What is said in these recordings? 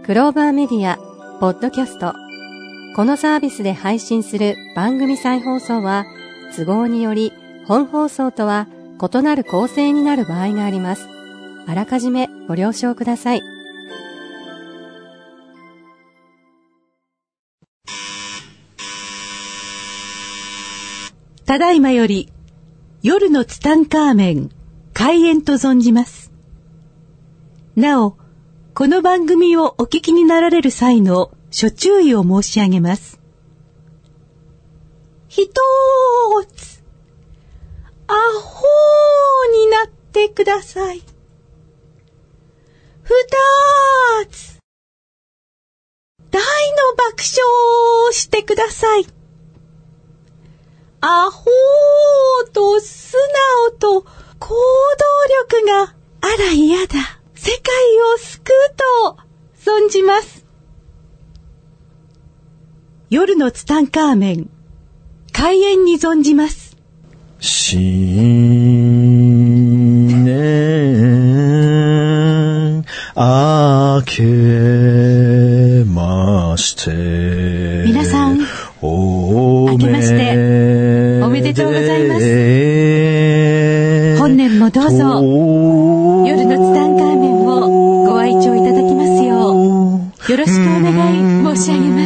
クローバーメディアポッドキャスト、このサービスで配信する番組再放送は都合により本放送とは異なる構成になる場合があります。あらかじめご了承ください。 ただいまより夜のツタンカーメン開演と存じます。なお、この番組をお聞きになられる際の諸注意を申し上げます。一つ、アホになってください。二つ、大の爆笑をしてください。アホーと素直と行動力があら嫌だ。世界を救うと存じます。夜のツタンカーメン開演に存じます。 新年明けまして皆さん明けましておめでとうございます。本年もどうぞ夜のツタンカーメンをご愛聴いただきますようよろしくお願い申し上げます。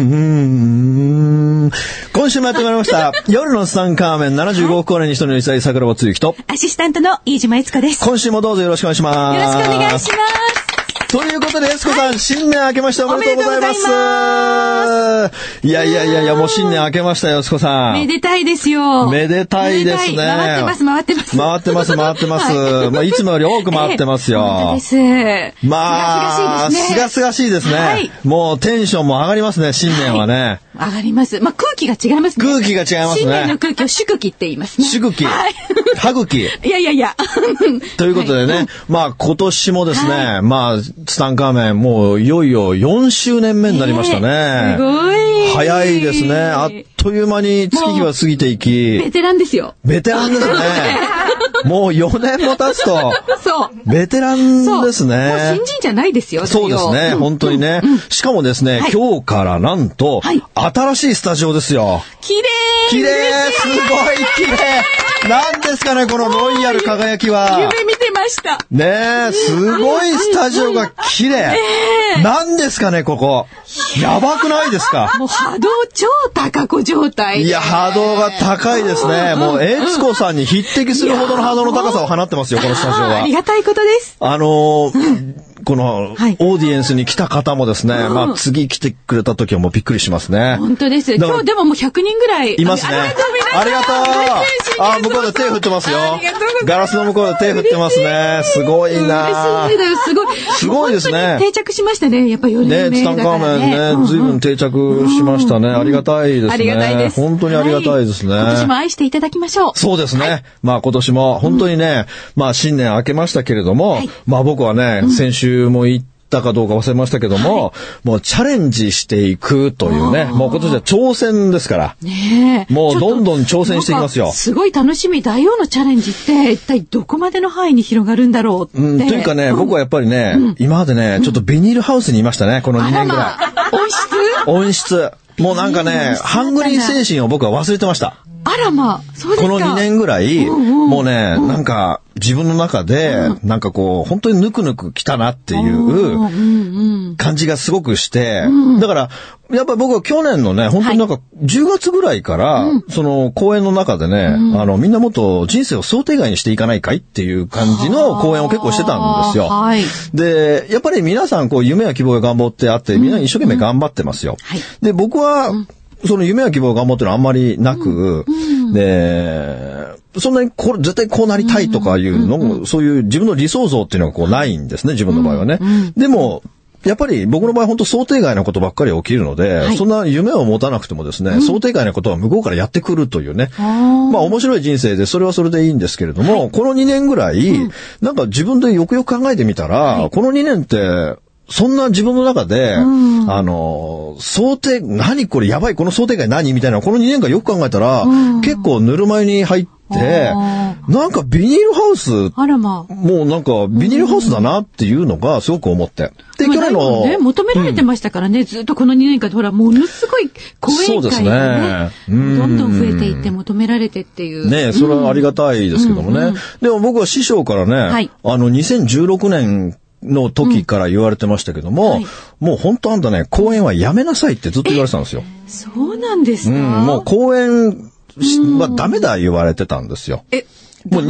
今週もやってまいりました夜のツタンカーメン75億光年に一人の一代桜庭つゆきとアシスタントの飯島悦子です。 今週もどうぞよろしくお願いします。 よろしくお願いします。 ということで、悦子さん、新年明けましておめでとうございます。いや、もう新年明けましたよ、悦子さん。 めでたいですよ。 めでたいですね。 回ってます。 まあ、いつもより多く回ってますよ。 本当です。 まあ、すがすがしいですね。はい、もうテンションも上がりますね、新年はね。 はい、上がります。まあ、空気が違いますね。 空気が違いますね。 新年の空気を祝気って言いますね。 祝気。 はい、 歯茎。 いや。 ということでね、はい、まあ、今年もですね、はい、まあ、ツタンカーメン、もういよいよ4周年目になりましたね。 すごい。 早いですね。あっという間に月日は過ぎていき。 ベテランですよ。 ベテランですね。もう4年も経つと。 そう。 ベテランですね。 もう新人じゃないですよ。 そうですね。本当にね。しかもですね、今日からなんと、新しいスタジオですよ。 綺麗。 すごい綺麗。なんですかね、このロイヤル輝きは。 夢見てました。 ねえ、すごいスタジオが綺麗。なんですかね、ここ。やばくないですか。 もう波動超高子状態。 いや、波動が高いですね。もう、悦子さんに匹敵するほどの波動の高さを放ってますよ、このスタジオは。 ありがたいことです。 この、オーディエンスに来た方もですね、まあ、次来てくれた時はもうびっくりしますね。 本当です。今日でももう100人ぐらい。 いますね。ありがとう。あ、向こうで手振ってますよ。ガラスの向こうで手振ってますね。すごいな。すごいですね。 定着しましたね。やっぱり4年目ね、ツタンカーメンね、随分定着しましたね。ありがたいですね。 ありがたいです。 本当にありがたいですね。 今年も愛していただきましょう。 そうですね。まあ今年も本当にね、まあ新年明けましたけれども、まあ僕はね、先週も言ったかどうか忘れましたけども、もうチャレンジしていくというね、もう今年は挑戦ですから、 ね、 もうどんどん挑戦していきますよ。 すごい楽しみ。大王のチャレンジって一体どこまでの範囲に広がるんだろうって。というかね、僕はやっぱりね、今までね、ちょっとビニールハウスにいましたね、この2年ぐらい。温室。もうなんかね、ハングリー精神を僕は忘れてました。 あらまあ、そうですか。 この2年ぐらい、もうね、なんか自分の中で、なんかこう、本当にぬくぬく来たなっていう感じがすごくして、だから、やっぱり僕は去年のね、本当になんか10月ぐらいから、その講演の中でね、みんなもっと人生を想定外にしていかないかいっていう感じの講演を結構してたんですよ。で、やっぱり皆さんこう夢や希望や願望ってあって、みんな一生懸命頑張ってますよ。で、僕は、その夢や希望や願望っていうのはあんまりなく、で、そんなに絶対こうなりたいとかいうの、そういう自分の理想像っていうのがこうないんですね、自分の場合はね。でも、やっぱり僕の場合本当想定外なことばっかり起きるので、そんな夢を持たなくてもですね、想定外なことは向こうからやってくるというね。まあ面白い人生でそれはそれでいいんですけれども、この2年ぐらい、なんか自分でよくよく考えてみたら、この2年って、 そんな自分の中で、想定、何これやばい、この想定外何みたいな、この2年間よく考えたら、結構ぬるま湯に入って、なんかビニールハウス、 あらまあ。 もうなんかビニールハウスだなっていうのがすごく思って。で、去年の、 ね、求められてましたからね、ずっとこの2年間で、ほら、ものすごい講演会がね、どんどん増えていって求められてっていう。 ね、それはありがたいですけどもね。でも僕は師匠からね、2016年、の時から言われてましたけども、もう本当あんたね、講演はやめなさいってずっと言われてたんですよ。 そうなんですか？ もう講演はダメだ言われてたんですよ。もう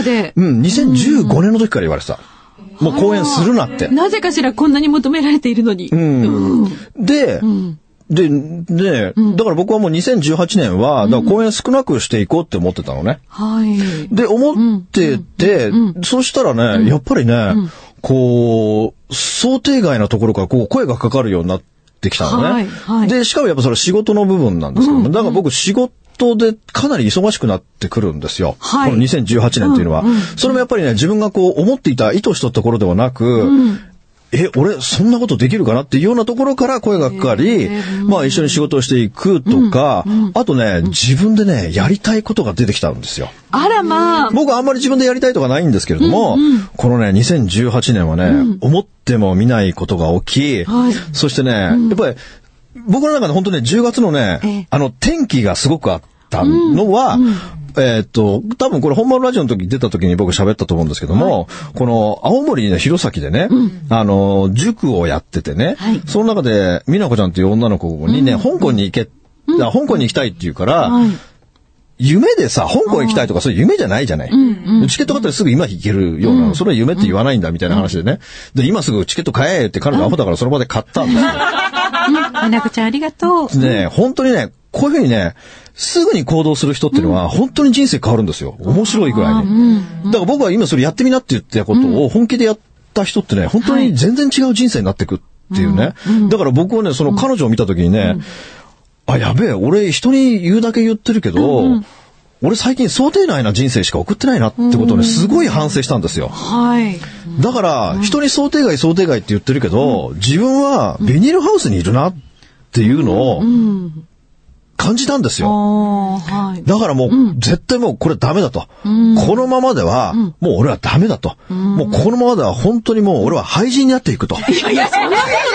2015年の時から言われてた。もう講演するなって。 なぜかしらこんなに求められているのに。 で、だから僕はもう2018年は、だから講演少なくしていこうって思ってたのね。で、思ってて、そしたらね、やっぱりね、こう、想定外なところからこう声がかかるようになってきたのね。で、しかもやっぱそれ仕事の部分なんですけども、だから僕仕事でかなり忙しくなってくるんですよ。この2018年っていうのは。それもやっぱりね、自分がこう思っていた意図したところではなく、俺、そんなことできるかなっていうようなところから声がかかり、まあ一緒に仕事をしていくとか、あとね、自分でね、やりたいことが出てきたんですよ。 あらまあ。 僕はあんまり自分でやりたいとかないんですけれども、このね、2018年はね、思っても見ないことが起き、そしてね、やっぱり、僕の中で本当ね、10月のね、天気がすごくあったのは、多分これ本番ラジオの時出た時に僕喋ったと思うんですけども、この青森の弘前でね、塾をやっててね、その中で美奈子ちゃんっていう女の子にね、香港に香港に行きたいって言うから、夢でさ、香港行きたいとかそういう夢じゃないじゃない。チケット買ったらすぐ今行けるような、それは夢って言わないんだみたいな話でね。で、今すぐチケット買えって彼女アホだからその場で買ったんですよ。 美奈子ちゃんありがとう。 ね、本当にね、こういうふうにね、すぐに行動する人っていうのは本当に人生変わるんですよ。面白いぐらいに。だから僕は今それやってみなって言ったことを本気でやった人ってね、本当に全然違う人生になっていくっていうね。だから僕はね、その彼女を見た時にね、やべえ、俺人に言うだけ言ってるけど、俺最近想定内な人生しか送ってないなってことをね、すごい反省したんですよ。だから、人に想定外って言ってるけど、自分はビニールハウスにいるなっていうのを、感じたんですよ。だからもう、絶対もうこれダメだと。このままでは、もう俺はダメだと。もうこのままでは本当にもう俺は廃人になっていくと。 いや、そんな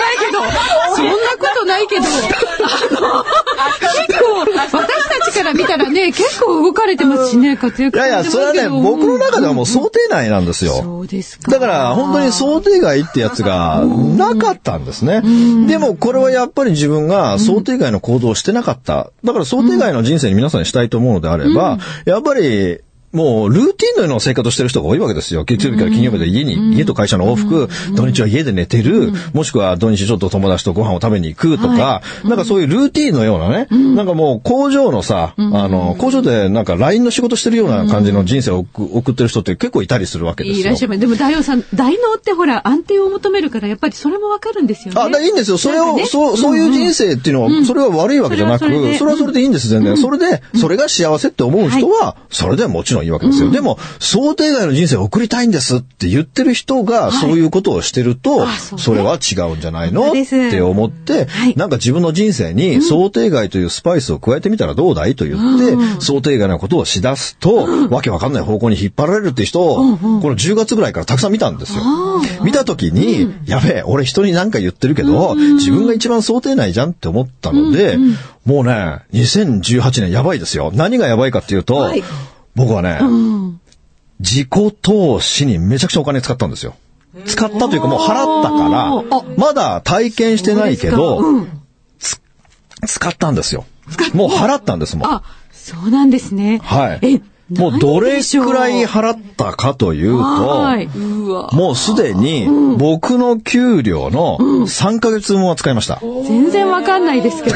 ことないけど。結構、私たちから見たらね、結構動かれてますしね、活躍されてますけど。 それはね、僕の中ではもう想定内なんですよ。 そうですか。 だから本当に想定外ってやつがなかったんですね。でもこれはやっぱり自分が想定外の行動をしてなかった。だから想定外の人生に皆さんにしたいと思うのであれば、やっぱり、もう、ルーティンのような生活をしてる人が多いわけですよ。月曜日から金曜日で家と会社の往復、土日は家で寝てる、もしくは土日ちょっと友達とご飯を食べに行くとか、なんかそういうルーティンのようなね、なんかもう工場のさ、工場でなんか LINE の仕事してるような感じの人生を送ってる人って結構いたりするわけですよ。 いらっしゃいます。でも大王さん、大脳ってほら、安定を求めるから、やっぱりそれもわかるんですよね。 いいんですよ。それを、そういう人生っていうのは、それは悪いわけじゃなく、それはそれでいいんです、全然。それで、それが幸せって思う人は、それでもちろんいいわけですよ。でも、想定外の人生を送りたいんですって言ってる人がそういうことをしてると、それは違うんじゃないのって思って、なんか自分の人生に想定外というスパイスを加えてみたらどうだいと言って、想定外なことをしだすと、わけわかんない方向に引っ張られるって人を、この10月ぐらいからたくさん見たんですよ。見たときに、やべえ、俺人に何か言ってるけど、自分が一番想定内じゃんって思ったので、もうね、2018年やばいですよ。何がやばいかっていうと、僕はね、自己投資にめちゃくちゃお金使ったんですよ。使ったというかもう払ったから、まだ体験してないけど、使ったんですよ。もう払ったんですもん。 そうなんですね。 もうどれくらい払ったかというと、もうすでに僕の給料の3ヶ月分は使いました。 全然わかんないですけど。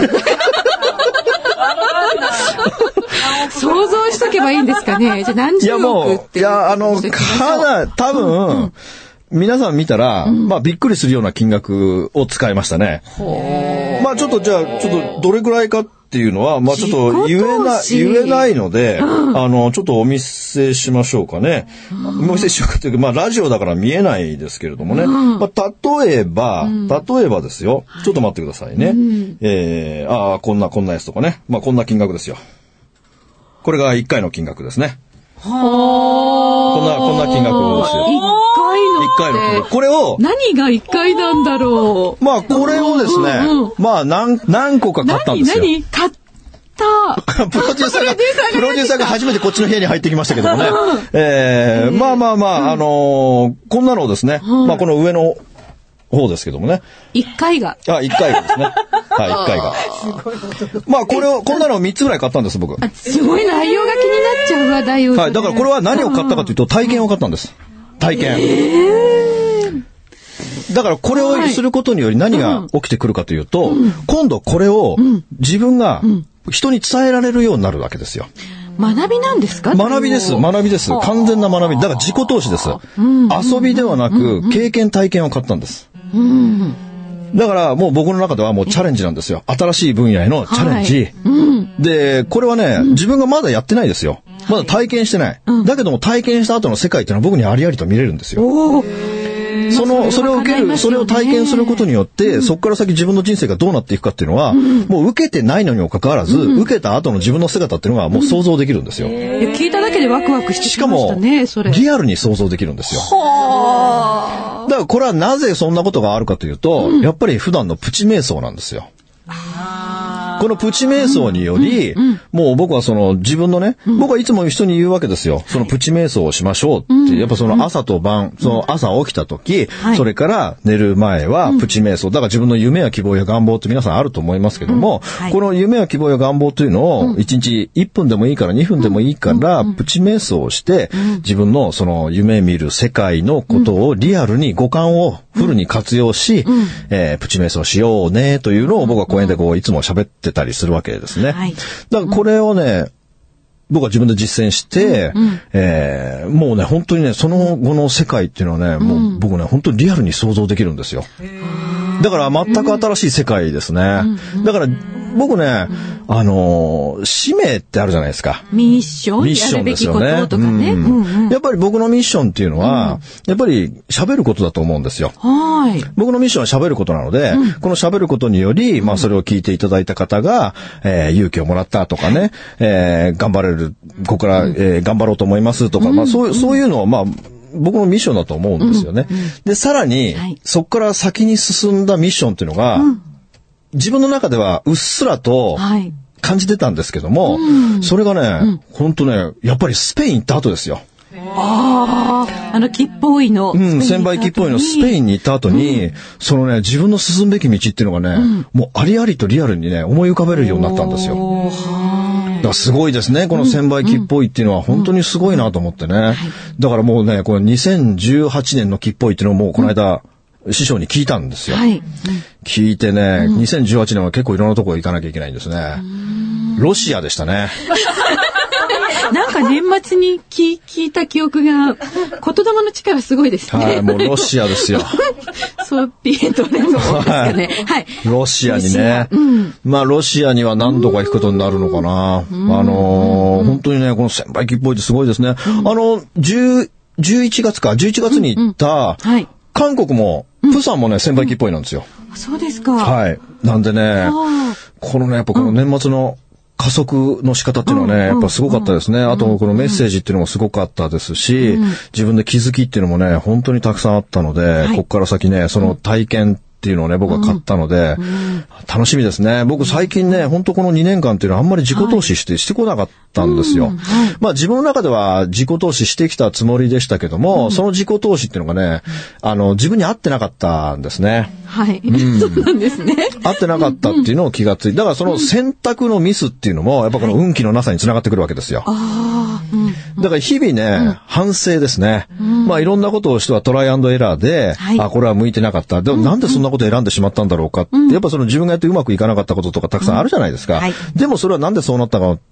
想像しとけばいいんですかね。じゃあ何十億って。 多分、皆さん見たら、びっくりするような金額を使いましたね。ちょっとどれぐらいかってっていうのは、まあちょっと言えないので、ちょっとお見せしましょうかね。お見せしようかというか、まあラジオだから見えないですけれどもね。まあ例えばですよ。ちょっと待ってくださいね。こんなやつとかね。まあこんな金額ですよ。これが1回の金額ですね。こんな金額ですよ。1回の金額。これを。 何が1回なんだろう。 まあこれをですね、まあ何個か買ったんですよ。 何買ったプロデューサーが初めてこっちの部屋に入ってきましたけどもね。まあ、こんなのをですね、まあこの上の方ですけどもね。 1回が。 1回がですね。はい、1回が。まあこんなのを3つぐらい買ったんです、僕。 すごい内容が気になっちゃう話題を。 はい、だからこれは何を買ったかというと、体験を買ったんです。体験。だからこれをすることにより何が起きてくるかというと、今度これを自分が人に伝えられるようになるわけですよ。 学びなんですか？ 学びです。完全な学び。だから自己投資です。遊びではなく、経験体験を買ったんです。だからもう僕の中ではもうチャレンジなんですよ。新しい分野へのチャレンジ。で、これはね、自分がまだやってないですよ。まだ体験してない。だけども体験した後の世界っていうのは僕にありありと見れるんですよ。それを受ける、それを体験することによって、そこから先自分の人生がどうなっていくかっていうのは、もう受けてないのにもかかわらず、受けた後の自分の姿っていうのがもう想像できるんですよ。 聞いただけでワクワクしてきましたね、それ。 リアルに想像できるんですよ。だからこれはなぜそんなことがあるかというと、やっぱり普段のプチ瞑想なんですよ。このプチ瞑想により、もう僕はその自分のね、僕はいつも人に言うわけですよ。そのプチ瞑想をしましょうって、やっぱその朝と晩、その朝起きた時、それから寝る前はプチ瞑想。だから自分の夢や希望や願望って皆さんあると思いますけども、この夢や希望や願望というのを1日1分でもいいから2分でもいいから、プチ瞑想をして、自分のその夢見る世界のことをリアルに五感をフルに活用し、プチ瞑想しようねというのを僕は講演でいつも喋ってたりするわけですね。だからこれをね、僕は自分で実践して、もうね、本当にね、その後の世界っていうのはね、もう僕ね、本当にリアルに想像できるんですよ。だから全く新しい世界ですね。だから僕ね、使命ってあるじゃないですか。 ミッションやるべきこととかね。 やっぱり僕のミッションっていうのは、やっぱり喋ることだと思うんですよ。僕のミッションは喋ることなので、この喋ることにより、まあそれを聞いていただいた方が、勇気をもらったとかね、頑張れる、ここから、頑張ろうと思いますとか、まあそういうのを、まあ、僕のミッションだと思うんですよね。で、さらに、そこから先に進んだミッションっていうのが、自分の中ではうっすらと感じてたんですけども、それがね、本当ね、やっぱりスペイン行った後ですよ。 木っぽいの。 1000倍木っぽいのスペインに行った後に、そのね、自分の進むべき道っていうのがね、もうありありとリアルにね、思い浮かべるようになったんですよ。だからすごいですね。この1000倍木っぽいっていうのは本当にすごいなと思ってね。だからもうね、この2018年の木っぽいっていうのをもうこの間、師匠に聞いたんですよ。聞いてね、2018年は結構いろんなところ行かなきゃいけないんですね。ロシアでしたね。 なんか年末に聞いた記憶が、言霊の力すごいですね。 はい、もうロシアですよ。 ソビエト連合ですかね。はい。 ロシアにね。まあ、ロシアには何度か行くことになるのかな。本当にね、この1000倍木っぽいってすごいですね。11月に行った、韓国も、プサンもね、1000倍木っぽいなんですよ。 そうですか。 はい。なんでね、このね、やっぱこの年末の加速の仕方っていうのはね、やっぱすごかったですね。あと、このメッセージっていうのもすごかったですし、自分で気づきっていうのもね、本当にたくさんあったので、こっから先ね、その体験っていうのをね、僕は買ったので、楽しみですね。僕最近ね、本当この2年間っていうのはあんまり自己投資してこなかったんですよ。まあ自分の中では自己投資してきたつもりでしたけども、その自己投資っていうのがね、自分に合ってなかったんですね。 はい。そうなんですね。 合ってなかったっていうのを気がついて、だからその選択のミスっていうのも、やっぱこの運気のなさにつながってくるわけですよ。だから日々ね、反省ですね。まあいろんなことを人はトライアンドエラーで、これは向いてなかった。でもなんでそんなことを選んでしまったんだろうかって、やっぱその自分がやってうまくいかなかったこととかたくさんあるじゃないですか。でもそれはなんでそうなったかっ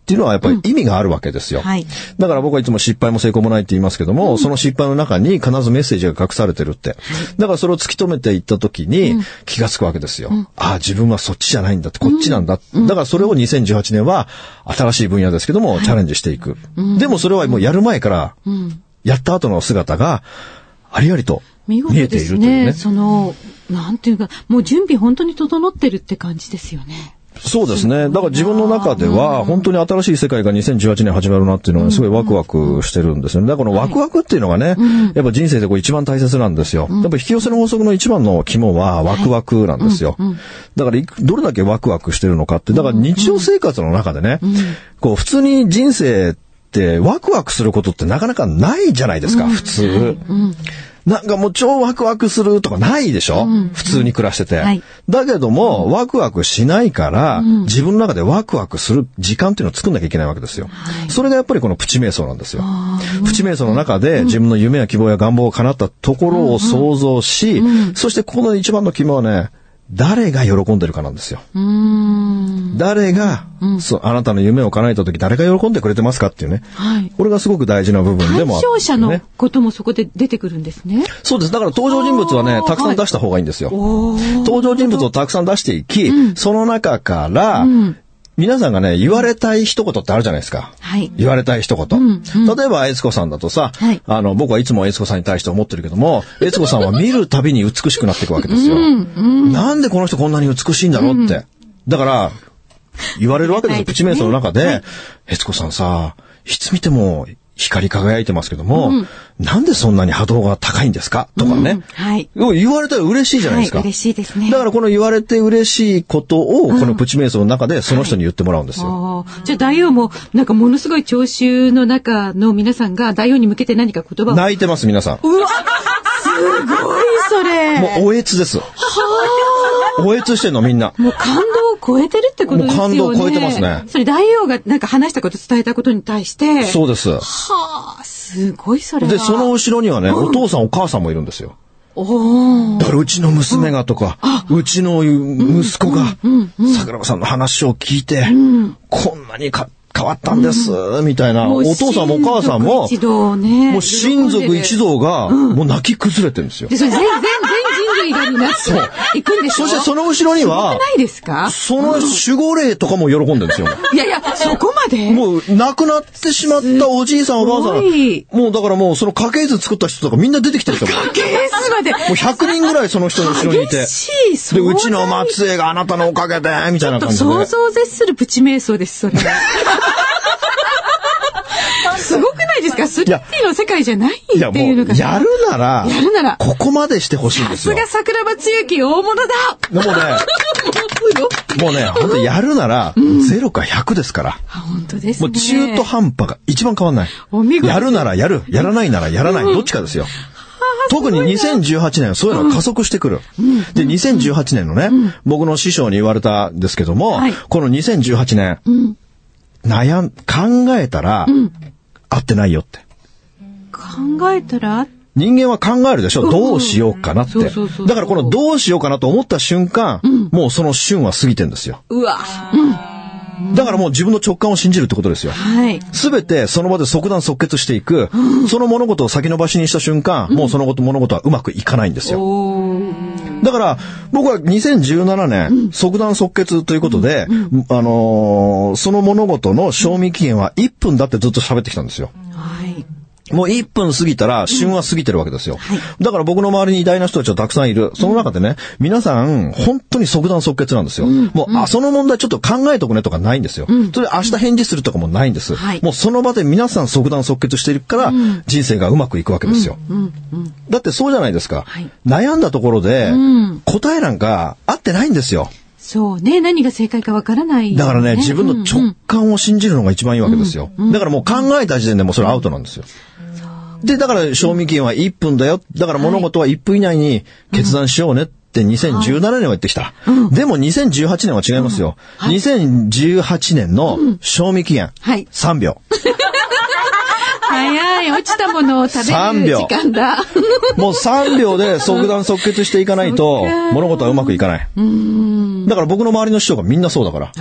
っていうのはやっぱり意味があるわけですよ。 はい。 だから僕はいつも失敗も成功もないって言いますけども、その失敗の中に必ずメッセージが隠されてるって。だからそれを突き止めていった時に気がつくわけですよ。ああ、自分はそっちじゃないんだって、こっちなんだ。だからそれを2018年は新しい分野ですけども、チャレンジしていく。でもそれはもうやる前から、やった後の姿がありありと見えているというね。 なんていうか、もう準備本当に整ってるって感じですよね。 そうですね。だから自分の中では本当に新しい世界が2018年始まるなっていうのはすごいワクワクしてるんですよね。だからこのワクワクっていうのがね、やっぱ人生で一番大切なんですよ。やっぱ引き寄せの法則の一番の肝はワクワクなんですよ。だからどれだけワクワクしてるのかって、だから日常生活の中でね、普通に人生ってワクワクすることってなかなかないじゃないですか、普通。なんかもう超ワクワクするとかないでしょ、普通に暮らしてて。はい、だけども、ワクワクしないから、自分の中でワクワクする時間っていうのを作んなきゃいけないわけですよ。はい、それがやっぱりこのプチ瞑想なんですよ。プチ瞑想の中で自分の夢や希望や願望が叶ったところを想像し、そしてこの一番の肝はね、誰が喜んでるかなんですよ。誰が、あなたの夢を叶えた時誰が喜んでくれてますかっていうね。はい、これがすごく大事な部分でもある、ね。 対象者のこともそこで出てくるんですね。 そうです。だから登場人物はね、たくさん出した方がいいんですよ。登場人物をたくさん出していき、その中から、皆さんがね、言われたい一言ってあるじゃないですか。はい。言われたい一言。例えば、悦子さんだとさ、はい、僕はいつも悦子さんに対して思ってるけども、悦子さんは見るたびに美しくなっていくわけですよ。なんでこの人こんなに美しいんだろうって。だから、言われるわけですよ。プチ瞑想の中で、悦子さんさ、いつ見ても光り輝いてますけども、なんでそんなに波動が高いんですかとかね、はい。言われたら嬉しいじゃないですか。 はい、嬉しいですね。 だからこの言われて嬉しいことを、このプチ瞑想の中でその人に言ってもらうんですよ。 じゃあ大王も、なんかものすごい聴衆の中の皆さんが大王に向けて何か言葉を。 泣いてます、皆さん。 うわすごい、それ。 もう、おえつです。おえつしてんの、みんな。 もう感動を超えてるってことですよね。 もう感動を超えてますね。 それ大王がなんか話したこと、伝えたことに対して。 そうです。 はあ、すごいそれは。 で、その後ろにはね、お父さんお母さんもいるんですよ。だからうちの娘がとか、うちの息子が、桜庭さんの話を聞いて、こんなに変わったんです、みたいな。お父さんもお母さんも、もう親族一同が、もう泣き崩れてるんですよ。 全人類がになっていくんでしょ。 そしてその後ろには、 ないですか？ その守護霊とかも喜んでるんですよ。 いやいや、そこまでもう亡くなってしまったおじいさんおばあさん、もうだからもうその家系図作った人とかみんな出てきてる人も。 家系図まで。もう 100人ぐらいその人の後ろにいて。で、うちの末裔があなたのおかげで、みたいな感じで。 想像絶するプチ瞑想です、それ。すごくないですか？スリッティの世界じゃないっていうのが。 やるなら、ここまでしてほしいんですよ。 さすが桜庭つゆき大物だ。 もうね、本当にやるなら、0か100ですから。 本当ですね。 もう中途半端が一番変わんない。やるならやる、やらないならやらない、どっちかですよ。特に2018年はそういうのが加速してくる。で、2018年のね、僕の師匠に言われたんですけども、この2018年、考えたら、合ってないよって。 考えたら人間は考えるでしょ、どうしようかなって。だからこのどうしようかなと思った瞬間、もうその瞬は過ぎてんですよ。 うわ。 だからもう自分の直感を信じるってことですよ。すべてその場で即断即決していく、その物事を先延ばしにした瞬間、もうその物事はうまくいかないんですよ。だから僕は2017年、即断即決ということで、その物事の賞味期限は1分だってずっと喋ってきたんですよ。もう1分過ぎたら旬は過ぎてるわけですよ。だから僕の周りに偉大な人たちはたくさんいる。その中でね、皆さん本当に即断即決なんですよ。もう、その問題ちょっと考えとくねとかないんですよ。それ明日返事するとかもないんです。もうその場で皆さん即断即決しているから、人生がうまくいくわけですよ。だってそうじゃないですか。悩んだところで、答えなんか合ってないんですよ。 そうね。何が正解かわからない、 だからね、自分の直感を信じるのが一番いいわけですよ。だからもう考えた時点でもうそれアウトなんですよ。で、だから賞味期限は1分だよ。だから物事は1分以内に決断しようねって2017年は言ってきた。でも2018年は違いますよ。2018年の賞味期限、3秒。 早い、落ちたものを食べる時間だ。 もう3秒で即断即決していかないと物事はうまくいかない。だから僕の周りの人がみんなそうだから。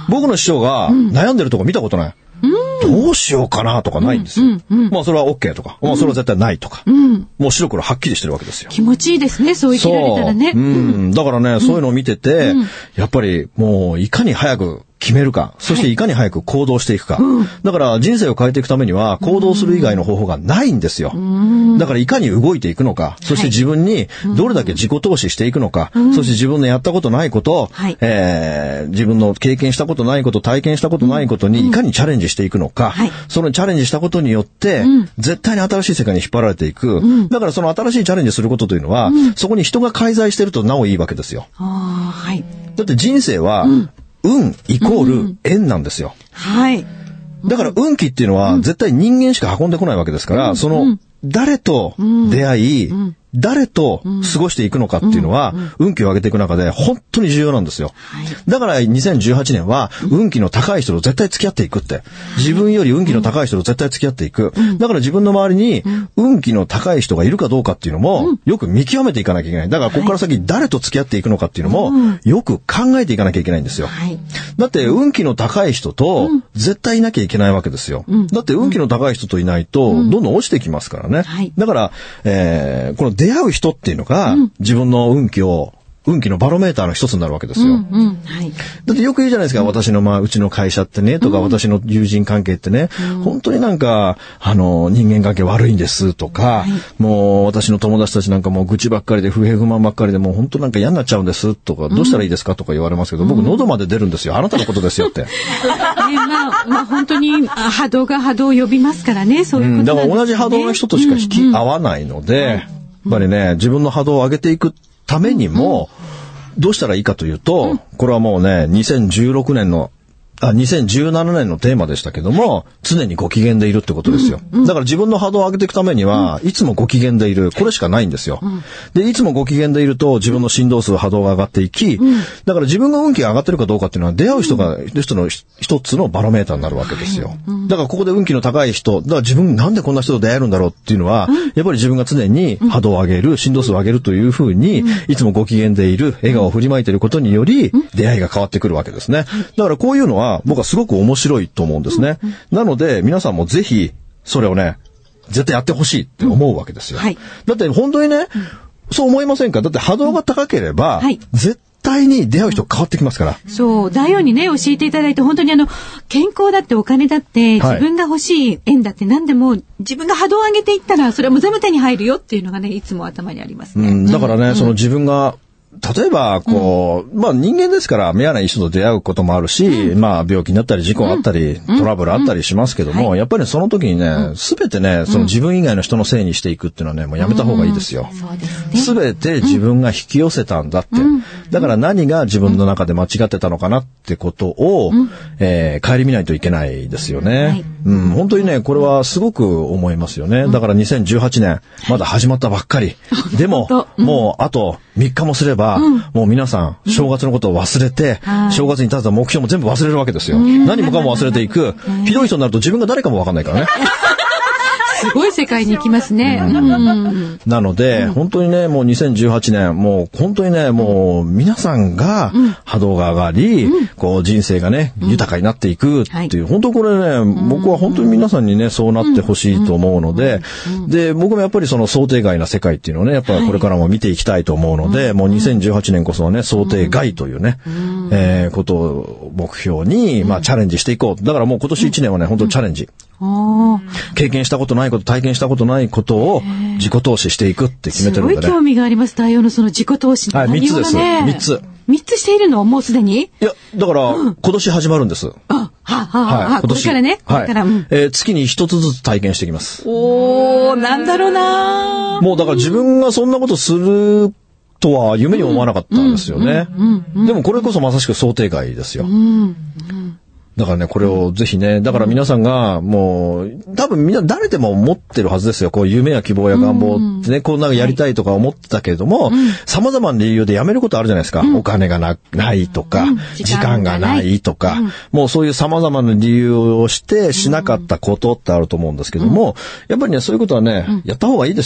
僕の師匠が悩んでるとこ見たことない。どうしようかなとかないんですよ。まあそれは OK とか、まあそれは絶対ないとか。もう白黒はっきりしてるわけですよ。 気持ちいいですね、そう生きられたらね。 だからね、そういうのを見てて、やっぱりもういかに早く決めるか、そしていかに早く行動していくか。だから人生を変えていくためには行動する以外の方法がないんですよ。だからいかに動いていくのか、そして自分にどれだけ自己投資していくのか、そして自分のやったことないこと、自分の経験したことないこと、体験したことないことにいかにチャレンジしていくのか、そのチャレンジしたことによって、絶対に新しい世界に引っ張られていく。だからその新しいチャレンジすることというのは、そこに人が介在しているとなおいいわけですよ。だって人生は、運イコール縁なんですよ。だから運気っていうのは絶対人間しか運んでこないわけですから、その誰と出会い、誰と過ごしていくのかっていうのは、運気を上げていく中で本当に重要なんですよ。だから2018年は運気の高い人と絶対付き合っていくって。自分より運気の高い人と絶対付き合っていく。だから自分の周りに運気の高い人がいるかどうかっていうのもよく見極めていかなきゃいけない。だからここから先誰と付き合っていくのかっていうのもよく考えていかなきゃいけないんですよ。だって運気の高い人と絶対いなきゃいけないわけですよ。だって運気の高い人といないとどんどん落ちてきますからね。だから、この出会う人っていうのが、自分の運気のバロメーターの一つになるわけですよ。だってよく言うじゃないですか、私のうちの会社ってね、とか、私の友人関係ってね、本当になんか、人間関係悪いんですとか、もう私の友達たちなんかもう愚痴ばっかりで不平不満ばっかりでもう本当なんか嫌になっちゃうんですとか、どうしたらいいですかとか言われますけど、僕喉まで出るんですよ。あなたのことですよって。 まあ本当に波動が波動を呼びますからね、そういうことなんですね。 だから同じ波動の人としか引き合わないので、やっぱりね、自分の波動を上げていくためにも、どうしたらいいかというと、これはもうね、2017年のテーマでしたけども、常にご機嫌でいるってことですよ。だから自分の波動を上げていくためには、いつもご機嫌でいる。これしかないんですよ。で、いつもご機嫌でいると、自分の振動数、波動が上がっていき、だから自分が運気が上がってるかどうかっていうのは、出会う人の一つのバロメーターになるわけですよ。だからここで運気の高い人、だから自分なんでこんな人と出会えるんだろうっていうのは、やっぱり自分が常に波動を上げる、振動数を上げるというふうに、いつもご機嫌でいる、笑顔を振りまいていることにより、出会いが変わってくるわけですね。だからこういうのは、僕はすごく面白いと思うんですね。なので、皆さんもぜひ、それをね、絶対やってほしいって思うわけですよ。だって本当にね、そう思いませんか？だって波動が高ければ、絶対に出会う人変わってきますから。 そう、大王にね、教えていただいて、本当に健康だってお金だって、自分が欲しい縁だって何でも、自分が波動を上げていったら、それはもう全部手に入るよっていうのがね、いつも頭にありますね。 だからね、その自分が、例えば、まあ人間ですから、目穴いい人と出会うこともあるし、まあ病気になったり、事故があったり、トラブルあったりしますけども、やっぱりその時にね、すべてね、その自分以外の人のせいにしていくっていうのはね、もうやめた方がいいですよ。すべて自分が引き寄せたんだって。だから何が自分の中で間違ってたのかなってことを、顧みないといけないですよね。本当にね、これはすごく思いますよね。だから2018年、まだ始まったばっかり。でも、もうあと3日もすれば、もう皆さん、正月のことを忘れて、正月に立てた目標も全部忘れるわけですよ。何もかも忘れていく。ひどい人になると自分が誰かも分かんないからね。 すごい世界に行きますね。 なので、本当にね、もう2018年、もう本当にね、もう皆さんが波動が上がり、こう人生がね、豊かになっていくっていう、本当これね、僕は本当に皆さんにね、そうなってほしいと思うので、で、僕もやっぱりその想定外な世界っていうのをね、やっぱりこれからも見ていきたいと思うので、もう2018年こそはね、想定外というね、ことを目標に、まあチャレンジしていこう。だからもう今年1年はね、本当にチャレンジ。経験したことないこと、体験したことないことを自己投資していくって決めてるんでね。 すごい興味があります。大王のその自己投資の内容がね。 3つです。 3つしているのもうすでに？ いや、だから、今年始まるんです。 今年からね。これから。 月に1つずつ体験していきます。 なんだろうな。 もうだから自分がそんなことするとは夢に思わなかったんですよね。でもこれこそまさしく想定外ですよ。だからね、これをぜひね、だから皆さんがもう、多分みんな誰でも持ってるはずですよ。こう夢や希望や願望ってね、こうなんかやりたいとか思ってたけれども、様々な理由でやめることあるじゃないですか。お金がないとか、時間がないとか、もうそういう様々な理由をしてしなかったことってあると思うんですけども、やっぱりね、そういうことはね、やった方がいいですよ。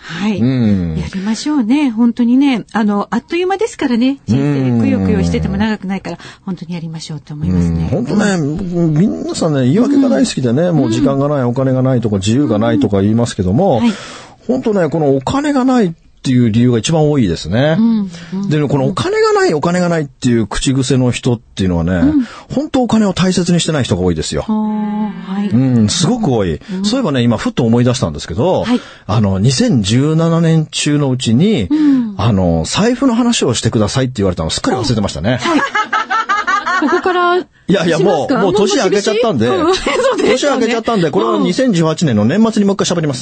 はい。やりましょうね。本当にね、あっという間ですからね。人生、くよくよしてても長くないから、本当にやりましょうと思いますね。 本当ね、皆さんね、言い訳が大好きでね、もう時間がない、お金がないとか、自由がないとか言いますけども、本当ね、このお金がないっていう理由が一番多いですね。で、このお金がないっていう口癖の人っていうのはね、本当お金を大切にしてない人が多いですよ。すごく多い。そういえばね、今ふっと思い出したんですけど、2017年中のうちに、財布の話をしてくださいって言われたのすっかり忘れてましたね。 ここから、 いや、もう年明けちゃったんで、年明けちゃったんで、これは2018年の年末にもう一回喋ります。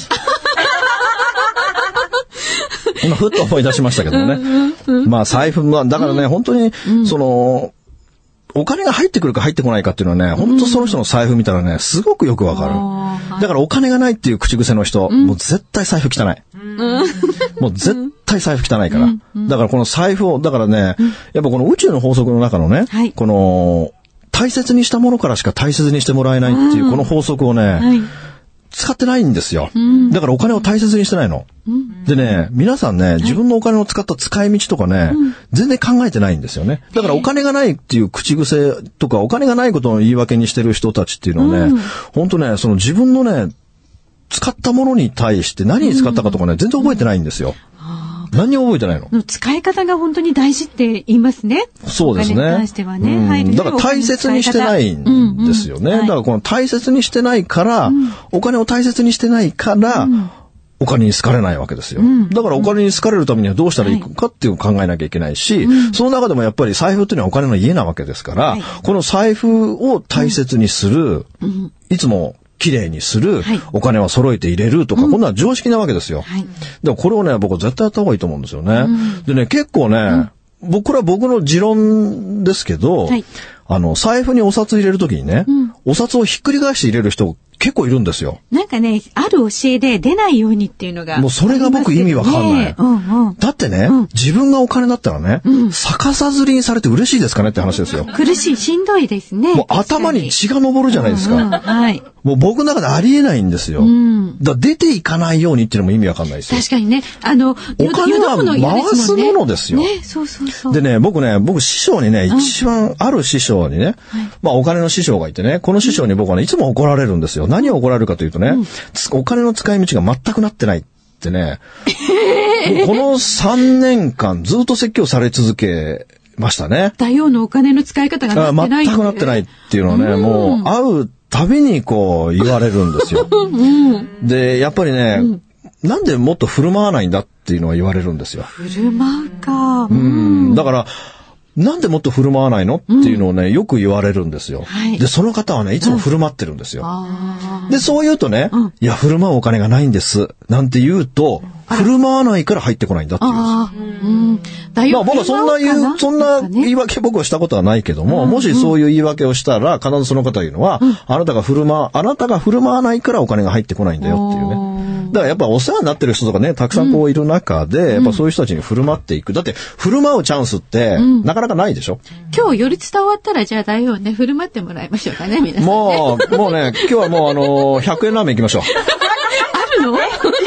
今ふっと思い出しましたけどね。まあ財布、だからね、本当に、お金が入ってくるか入ってこないかっていうのはね、本当その人の財布見たらね、すごくよくわかる。だからお金がないっていう口癖の人、もう絶対財布汚い。もう絶対財布汚いから。だからこの財布を、だからね、やっぱこの宇宙の法則の中のね、この、大切にしたものからしか大切にしてもらえないっていうこの法則をね、使ってないんですよ。だからお金を大切にしてないの。でね、皆さんね、自分のお金を使った使い道とかね、全然考えてないんですよね。だからお金がないっていう口癖とか、お金がないことの言い訳にしてる人たちっていうのはね、本当ね、その自分のね、使ったものに対して何に使ったかとかね、全然覚えてないんですよ。何にも覚えてないの。 使い方が本当に大事って言いますね。 そうですね。 お金に関してはね。 だから大切にしてないんですよね。だからこの大切にしてないから、お金を大切にしてないから、お金に好かれないわけですよ。だからお金に好かれるためにはどうしたらいいかっていうのを考えなきゃいけないし、その中でもやっぱり財布っていうのはお金の家なわけですから、この財布を大切にする、いつも綺麗にする、お金は揃えて入れるとか、こんなのは常識なわけですよ。でもこれをね、僕は絶対やった方がいいと思うんですよね。でね、結構ね、これは僕の持論ですけど、財布にお札入れるときにね、お札をひっくり返して入れる人結構いるんですよ。 なんかね、ある教えで出ないようにっていうのが、 もうそれが僕意味わかんない。だってね、自分がお金だったらね、逆さずりにされて嬉しいですかねって話ですよ。 苦しい、しんどいですね。 もう頭に血が昇るじゃないですか。もう僕の中でありえないんですよ。だから出ていかないようにっていうのも意味わかんないですよ。 確かにね、 お金は回すものですよ。でね、僕師匠にね、一番ある師匠にね、まあお金の師匠がいてね、この師匠に僕はね、いつも怒られるんですよ。何を怒られるかというとね、お金の使い道が全くなってないってね、この3年間ずっと説教され続けましたね。 大王のお金の使い方がなってない。 全くなってないっていうのはね、もう会うたびにこう言われるんですよ。で、やっぱりね、なんでもっと振る舞わないんだっていうのは言われるんですよ。 振る舞うか。 だから、なんでもっと振る舞わないのっていうのをね、よく言われるんですよ。で、その方はね、いつも振る舞ってるんですよ。で、そう言うとね、いや、振る舞うお金がないんです。なんて言うと、振る舞わないから入ってこないんだって言うんですよ。まあ僕はそんな言い訳僕はしたことはないけども、もしそういう言い訳をしたら、必ずその方が言うのは、あなたが振る舞わないからお金が入ってこないんだよっていうね。だからやっぱお世話になってる人とかね、たくさんこういる中で、やっぱそういう人たちに振る舞っていく。だって、振る舞うチャンスって、なかなかないでしょ。 今日より伝わったら、じゃあ大王ね、振る舞ってもらいましょうかね、皆さん、ね。 もうね、今日はもう100円ラーメン行きましょう。 あるの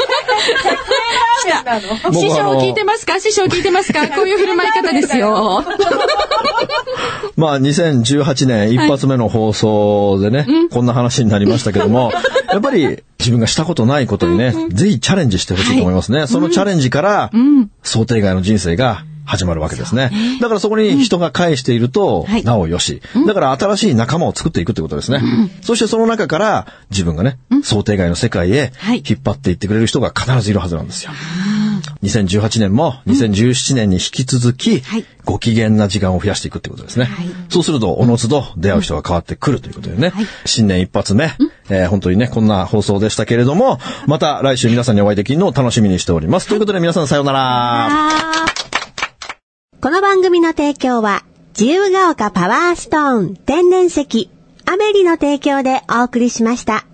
師匠聞いてますか？師匠聞いてますか？こういう振る舞い方ですよ。 まあ2018年一発目の放送でね、こんな話になりましたけども、やっぱり自分がしたことないことにね、ぜひチャレンジしてほしいと思いますね。そのチャレンジから、想定外の人生が始まるわけですね。だからそこに人が返していると、なおよし。だから新しい仲間を作っていくということですね。そしてその中から自分がね、想定外の世界へ引っ張っていってくれる人が必ずいるはずなんですよ。2018年も2017年に引き続き、ご機嫌な時間を増やしていくってことですね。そうすると、おのずと出会う人が変わってくるということでね。新年一発目、本当にね、こんな放送でしたけれども、また来週皆さんにお会いできるのを楽しみにしております。ということで皆さんさようなら。 この番組の提供は、自由が丘パワーストーン天然石、アメリの提供でお送りしました。